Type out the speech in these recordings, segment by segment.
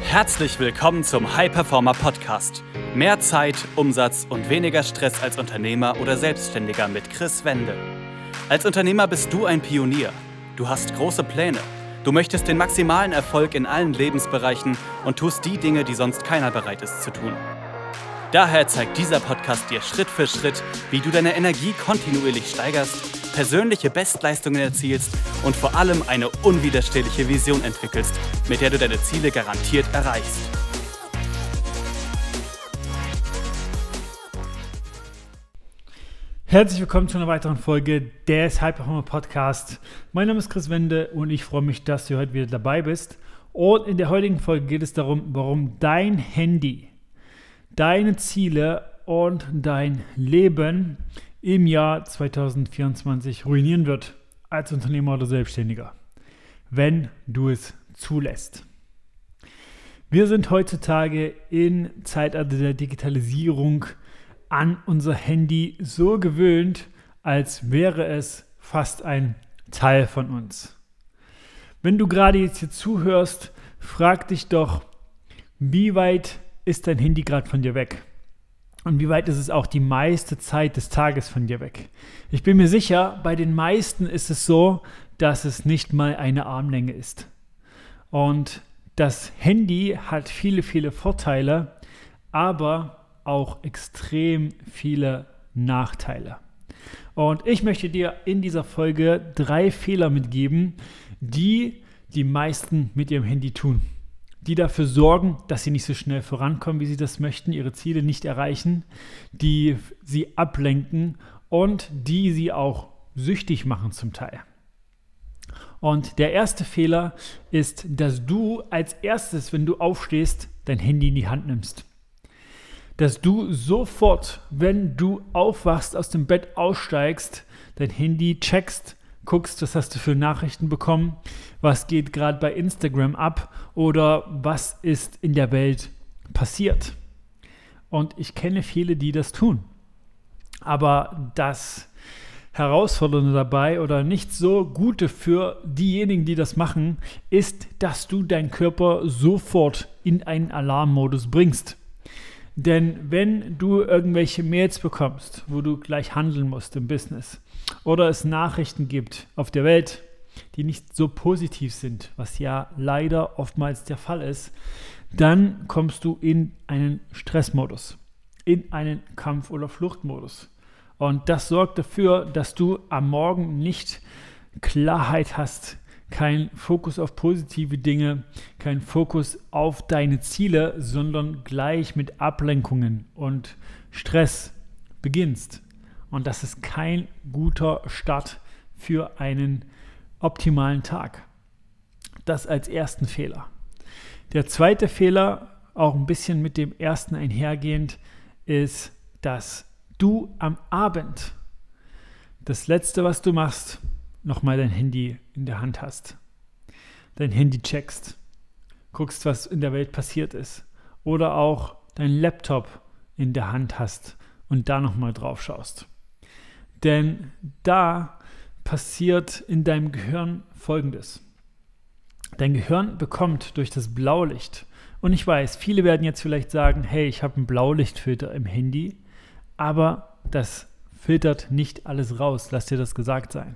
Herzlich willkommen zum High Performer Podcast. Mehr Zeit, Umsatz und weniger Stress als Unternehmer oder Selbstständiger mit Chris Wende. Als Unternehmer bist du ein Pionier. Du hast große Pläne. Du möchtest den maximalen Erfolg in allen Lebensbereichen und tust die Dinge, die sonst keiner bereit ist zu tun. Daher zeigt dieser Podcast dir Schritt für Schritt, wie du deine Energie kontinuierlich steigerst, persönliche Bestleistungen erzielst und vor allem eine unwiderstehliche Vision entwickelst, mit der du deine Ziele garantiert erreichst. Herzlich willkommen zu einer weiteren Folge des High Performer Podcast. Mein Name ist Chris Wende und ich freue mich, dass du heute wieder dabei bist. Und in der heutigen Folge geht es darum, warum dein Handy deine Ziele und dein Leben im Jahr 2024 ruinieren wird als Unternehmer oder Selbstständiger, wenn du es zulässt. Wir sind heutzutage im Zeitalter der Digitalisierung an unser Handy so gewöhnt, als wäre es fast ein Teil von uns. Wenn du gerade jetzt hier zuhörst, frag dich doch, wie weit ist dein Handy gerade von dir weg? Und wie weit ist es auch die meiste Zeit des Tages von dir weg? Ich bin mir sicher, bei den meisten ist es so, dass es nicht mal eine Armlänge ist. Und das Handy hat viele, viele Vorteile, aber auch extrem viele Nachteile. Und ich möchte dir in dieser Folge 3 Fehler mitgeben, die die meisten mit ihrem Handy tun. Die dafür sorgen, dass sie nicht so schnell vorankommen, wie sie das möchten, ihre Ziele nicht erreichen, die sie ablenken und die sie auch süchtig machen zum Teil. Und der erste Fehler ist, dass du als erstes, wenn du aufstehst, dein Handy in die Hand nimmst. Dass du sofort, wenn du aufwachst, aus dem Bett aussteigst, dein Handy checkst, guckst, was hast du für Nachrichten bekommen, was geht gerade bei Instagram ab oder was ist in der Welt passiert. Und ich kenne viele, die das tun. Aber das Herausfordernde dabei oder nicht so Gute für diejenigen, die das machen, ist, dass du deinen Körper sofort in einen Alarmmodus bringst. Denn wenn du irgendwelche Mails bekommst, wo du gleich handeln musst im Business oder es Nachrichten gibt auf der Welt, die nicht so positiv sind, was ja leider oftmals der Fall ist, dann kommst du in einen Stressmodus, in einen Kampf- oder Fluchtmodus. Und das sorgt dafür, dass du am Morgen nicht Klarheit hast, kein Fokus auf positive Dinge, kein Fokus auf deine Ziele, sondern gleich mit Ablenkungen und Stress beginnst. Und das ist kein guter Start für einen optimalen Tag. Das als ersten Fehler. Der zweite Fehler, auch ein bisschen mit dem ersten einhergehend, ist, dass du am Abend das Letzte, was du machst, nochmal dein Handy in der Hand hast, dein Handy checkst, guckst, was in der Welt passiert ist oder auch dein Laptop in der Hand hast und da nochmal drauf schaust. Denn da passiert in deinem Gehirn Folgendes. Dein Gehirn bekommt durch das Blaulicht, und ich weiß, viele werden jetzt vielleicht sagen, hey, ich habe einen Blaulichtfilter im Handy, aber das filtert nicht alles raus, lass dir das gesagt sein.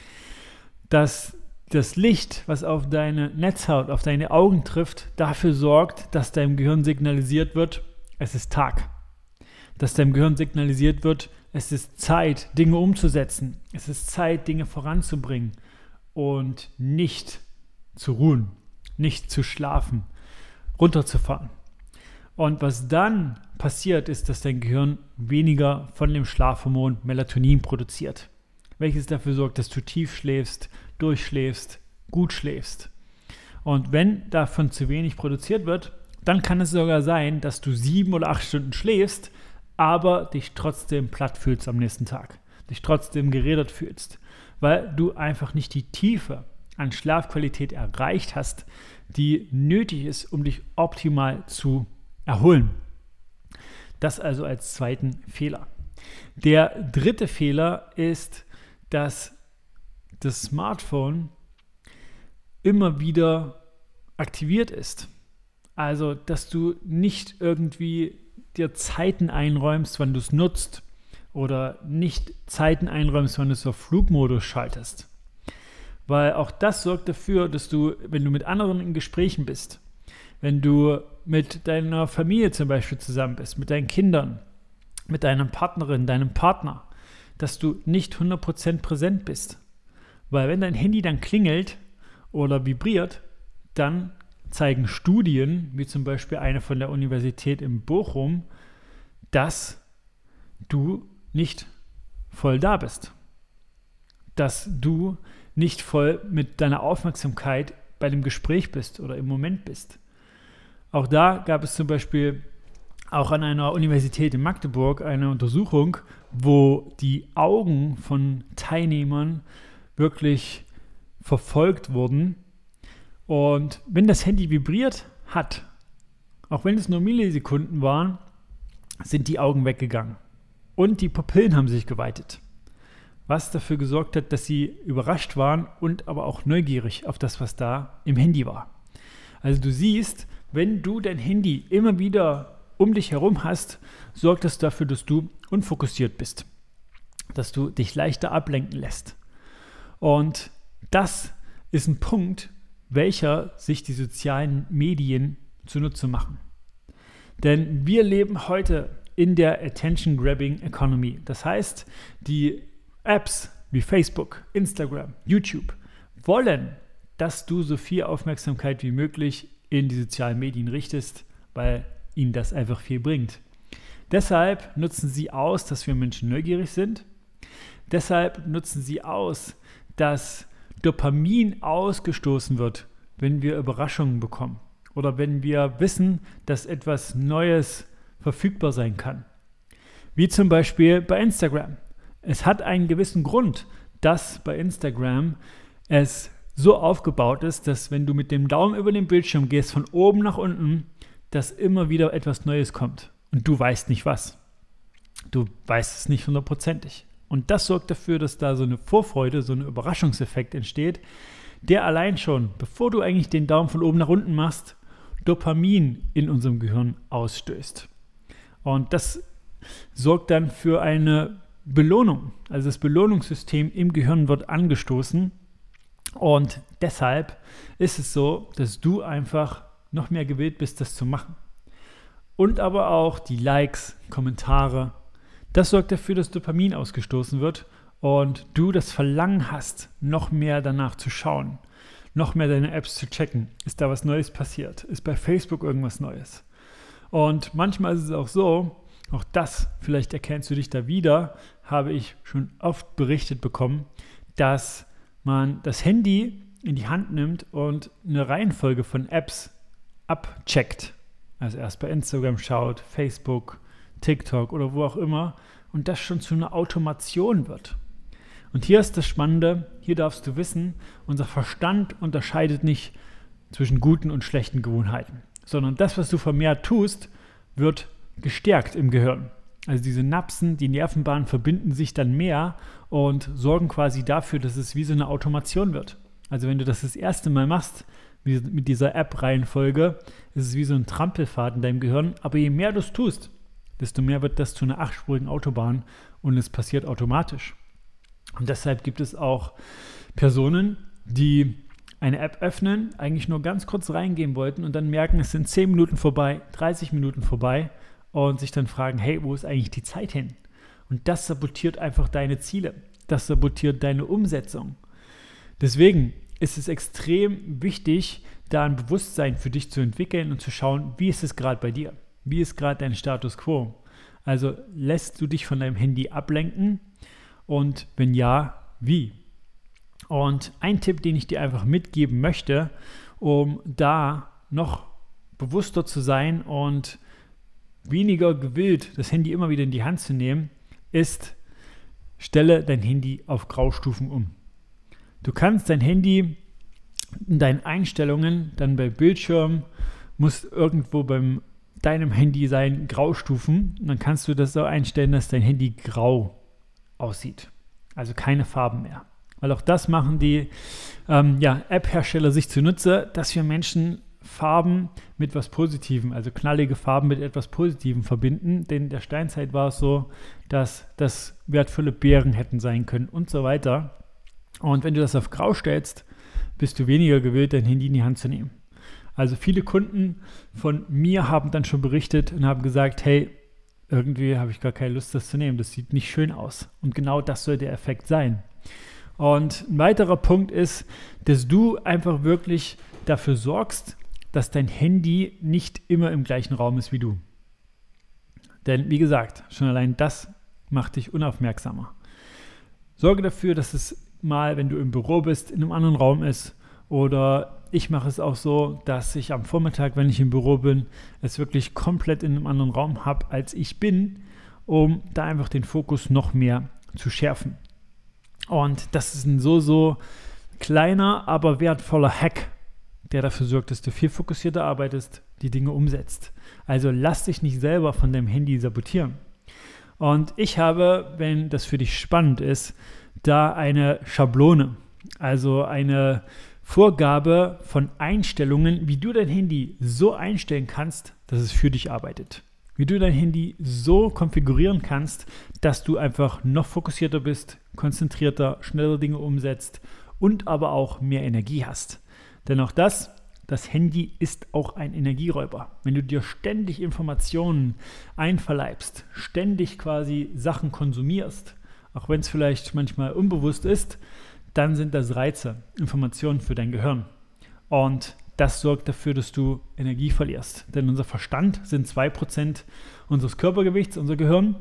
Dass das Licht, was auf deine Netzhaut, auf deine Augen trifft, dafür sorgt, dass deinem Gehirn signalisiert wird, es ist Tag. Dass deinem Gehirn signalisiert wird, es ist Zeit, Dinge umzusetzen. Es ist Zeit, Dinge voranzubringen und nicht zu ruhen, nicht zu schlafen, runterzufahren. Und was dann passiert, ist, dass dein Gehirn weniger von dem Schlafhormon Melatonin produziert, welches dafür sorgt, dass du tief schläfst, durchschläfst, gut schläfst. Und wenn davon zu wenig produziert wird, dann kann es sogar sein, dass du 7 oder 8 Stunden schläfst, aber dich trotzdem platt fühlst am nächsten Tag, dich trotzdem gerädert fühlst, weil du einfach nicht die Tiefe an Schlafqualität erreicht hast, die nötig ist, um dich optimal zu erholen. Das also als zweiten Fehler. Der dritte Fehler ist, dass das Smartphone immer wieder aktiviert ist. Also, dass du nicht irgendwie dir Zeiten einräumst, wann du es nutzt oder nicht Zeiten einräumst, wann du es auf Flugmodus schaltest. Weil auch das sorgt dafür, dass du, wenn du mit anderen in Gesprächen bist, wenn du mit deiner Familie zum Beispiel zusammen bist, mit deinen Kindern, mit deiner Partnerin, deinem Partner, dass du nicht 100% präsent bist. Weil wenn dein Handy dann klingelt oder vibriert, dann zeigen Studien, wie zum Beispiel eine von der Universität in Bochum, dass du nicht voll da bist. Dass du nicht voll mit deiner Aufmerksamkeit bei dem Gespräch bist oder im Moment bist. Auch da gab es zum Beispiel auch an einer Universität in Magdeburg eine Untersuchung, wo die Augen von Teilnehmern wirklich verfolgt wurden. Und wenn das Handy vibriert hat, auch wenn es nur Millisekunden waren, sind die Augen weggegangen. Und die Pupillen haben sich geweitet. Was dafür gesorgt hat, dass sie überrascht waren und aber auch neugierig auf das, was da im Handy war. Also du siehst, wenn du dein Handy immer wieder um dich herum hast, sorgt das dafür, dass du unfokussiert bist. Dass du dich leichter ablenken lässt. Und das ist ein Punkt, welcher sich die sozialen Medien zunutze machen. Denn wir leben heute in der Attention-Grabbing Economy. Das heißt, die Apps wie Facebook, Instagram, YouTube wollen, dass du so viel Aufmerksamkeit wie möglich in die sozialen Medien richtest, weil ihnen das einfach viel bringt. Deshalb nutzen sie aus, dass wir Menschen neugierig sind. Deshalb nutzen sie aus, dass Dopamin ausgestoßen wird, wenn wir Überraschungen bekommen oder wenn wir wissen, dass etwas Neues verfügbar sein kann. Wie zum Beispiel bei Instagram. Es hat einen gewissen Grund, dass bei Instagram es so aufgebaut ist, dass wenn du mit dem Daumen über den Bildschirm gehst, von oben nach unten, dass immer wieder etwas Neues kommt. Und du weißt nicht was. Du weißt es nicht hundertprozentig. Und das sorgt dafür, dass da so eine Vorfreude, so ein Überraschungseffekt entsteht, der allein schon, bevor du eigentlich den Daumen von oben nach unten machst, Dopamin in unserem Gehirn ausstößt. Und das sorgt dann für eine Belohnung. Also das Belohnungssystem im Gehirn wird angestoßen. Und deshalb ist es so, dass du einfach noch mehr gewillt bist, das zu machen. Und aber auch die Likes, Kommentare, das sorgt dafür, dass Dopamin ausgestoßen wird und du das Verlangen hast, noch mehr danach zu schauen, noch mehr deine Apps zu checken. Ist da was Neues passiert? Ist bei Facebook irgendwas Neues? Und manchmal ist es auch so, auch das, vielleicht erkennst du dich da wieder, habe ich schon oft berichtet bekommen, dass man das Handy in die Hand nimmt und eine Reihenfolge von Apps abcheckt. Also erst bei Instagram schaut, Facebook, TikTok oder wo auch immer und das schon zu einer Automation wird. Und hier ist das Spannende, hier darfst du wissen, unser Verstand unterscheidet nicht zwischen guten und schlechten Gewohnheiten, sondern das, was du vermehrt tust, wird gestärkt im Gehirn. Also diese Synapsen, die Nervenbahnen verbinden sich dann mehr und sorgen quasi dafür, dass es wie so eine Automation wird. Also wenn du das erste Mal machst, mit dieser App-Reihenfolge, ist es wie so ein Trampelpfad in deinem Gehirn. Aber je mehr du es tust, desto mehr wird das zu einer 8-spurigen Autobahn und es passiert automatisch. Und deshalb gibt es auch Personen, die eine App öffnen, eigentlich nur ganz kurz reingehen wollten und dann merken, es sind 10 Minuten vorbei, 30 Minuten vorbei und sich dann fragen, hey, wo ist eigentlich die Zeit hin? Und das sabotiert einfach deine Ziele. Das sabotiert deine Umsetzung. Deswegen ist es extrem wichtig, da ein Bewusstsein für dich zu entwickeln und zu schauen, wie ist es gerade bei dir? Wie ist gerade dein Status quo? Also lässt du dich von deinem Handy ablenken? Und wenn ja, wie? Und ein Tipp, den ich dir einfach mitgeben möchte, um da noch bewusster zu sein und weniger gewillt, das Handy immer wieder in die Hand zu nehmen, ist, stelle dein Handy auf Graustufen um. Du kannst dein Handy in deinen Einstellungen, dann bei Bildschirm, muss irgendwo bei deinem Handy sein, Graustufen. Und dann kannst du das so einstellen, dass dein Handy grau aussieht. Also keine Farben mehr. Weil auch das machen die App-Hersteller sich zunutze, dass wir Menschen Farben mit was Positivem, also knallige Farben mit etwas Positivem verbinden, denn in der Steinzeit war es so, dass das wertvolle Beeren hätten sein können und so weiter. Und wenn du das auf Grau stellst, bist du weniger gewillt, dein Handy in die Hand zu nehmen. Also viele Kunden von mir haben dann schon berichtet und haben gesagt, hey, irgendwie habe ich gar keine Lust, das zu nehmen. Das sieht nicht schön aus. Und genau das soll der Effekt sein. Und ein weiterer Punkt ist, dass du einfach wirklich dafür sorgst, dass dein Handy nicht immer im gleichen Raum ist wie du. Denn wie gesagt, schon allein das macht dich unaufmerksamer. Sorge dafür, dass es mal, wenn du im Büro bist, in einem anderen Raum ist. Oder ich mache es auch so, dass ich am Vormittag, wenn ich im Büro bin, es wirklich komplett in einem anderen Raum habe, als ich bin, um da einfach den Fokus noch mehr zu schärfen. Und das ist ein so kleiner, aber wertvoller Hack, der dafür sorgt, dass du viel fokussierter arbeitest, die Dinge umsetzt. Also lass dich nicht selber von deinem Handy sabotieren. Und ich habe, wenn das für dich spannend ist, da eine Schablone, also eine Vorgabe von Einstellungen, wie du dein Handy so einstellen kannst, dass es für dich arbeitet. Wie du dein Handy so konfigurieren kannst, dass du einfach noch fokussierter bist, konzentrierter, schneller Dinge umsetzt und aber auch mehr Energie hast. Denn auch das Handy ist auch ein Energieräuber. Wenn du dir ständig Informationen einverleibst, ständig quasi Sachen konsumierst, auch wenn es vielleicht manchmal unbewusst ist, dann sind das Reize, Informationen für dein Gehirn. Und das sorgt dafür, dass du Energie verlierst. Denn unser Verstand sind 2% unseres Körpergewichts, unser Gehirn,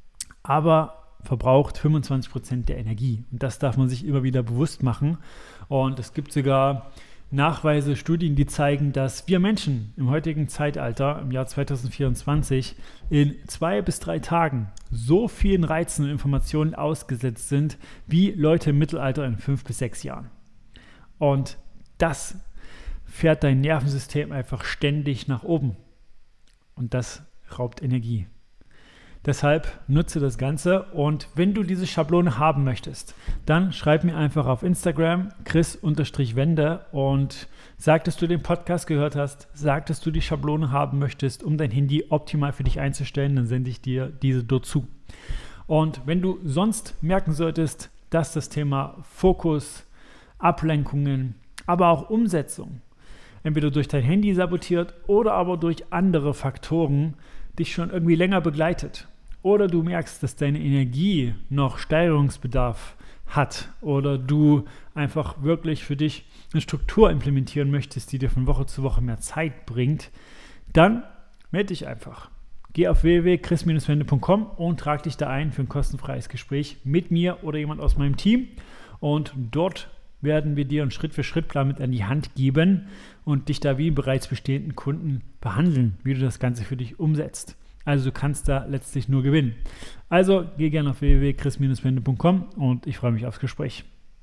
aber verbraucht 25% der Energie. Und das darf man sich immer wieder bewusst machen. Und es gibt sogar Nachweise, Studien, die zeigen, dass wir Menschen im heutigen Zeitalter, im Jahr 2024, in 2 bis 3 Tagen so vielen Reizen und Informationen ausgesetzt sind, wie Leute im Mittelalter in 5 bis 6 Jahren. Und das fährt dein Nervensystem einfach ständig nach oben. Und das raubt Energie. Deshalb nutze das Ganze und wenn du diese Schablone haben möchtest, dann schreib mir einfach auf Instagram chris_wende und sag, dass du den Podcast gehört hast, sag, dass du die Schablone haben möchtest, um dein Handy optimal für dich einzustellen, dann sende ich dir diese dort zu. Und wenn du sonst merken solltest, dass das Thema Fokus, Ablenkungen, aber auch Umsetzung entweder durch dein Handy sabotiert oder aber durch andere Faktoren dich schon irgendwie länger begleitet oder du merkst, dass deine Energie noch Steigerungsbedarf hat oder du einfach wirklich für dich eine Struktur implementieren möchtest, die dir von Woche zu Woche mehr Zeit bringt, dann melde dich einfach. Geh auf www.chris-wende.com und trag dich da ein für ein kostenfreies Gespräch mit mir oder jemand aus meinem Team und dort werden wir dir einen Schritt-für-Schritt-Plan mit an die Hand geben und dich da wie einen bereits bestehenden Kunden behandeln, wie du das Ganze für dich umsetzt. Also du kannst da letztlich nur gewinnen. Also geh gerne auf www.chris-wende.com und ich freue mich aufs Gespräch.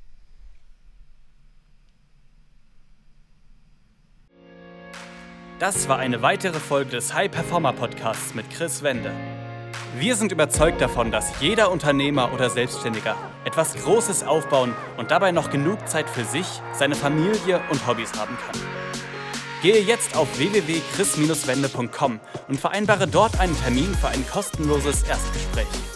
Das war eine weitere Folge des High Performer Podcasts mit Chris Wende. Wir sind überzeugt davon, dass jeder Unternehmer oder Selbstständiger etwas Großes aufbauen und dabei noch genug Zeit für sich, seine Familie und Hobbys haben kann. Gehe jetzt auf www.chris-wende.com und vereinbare dort einen Termin für ein kostenloses Erstgespräch.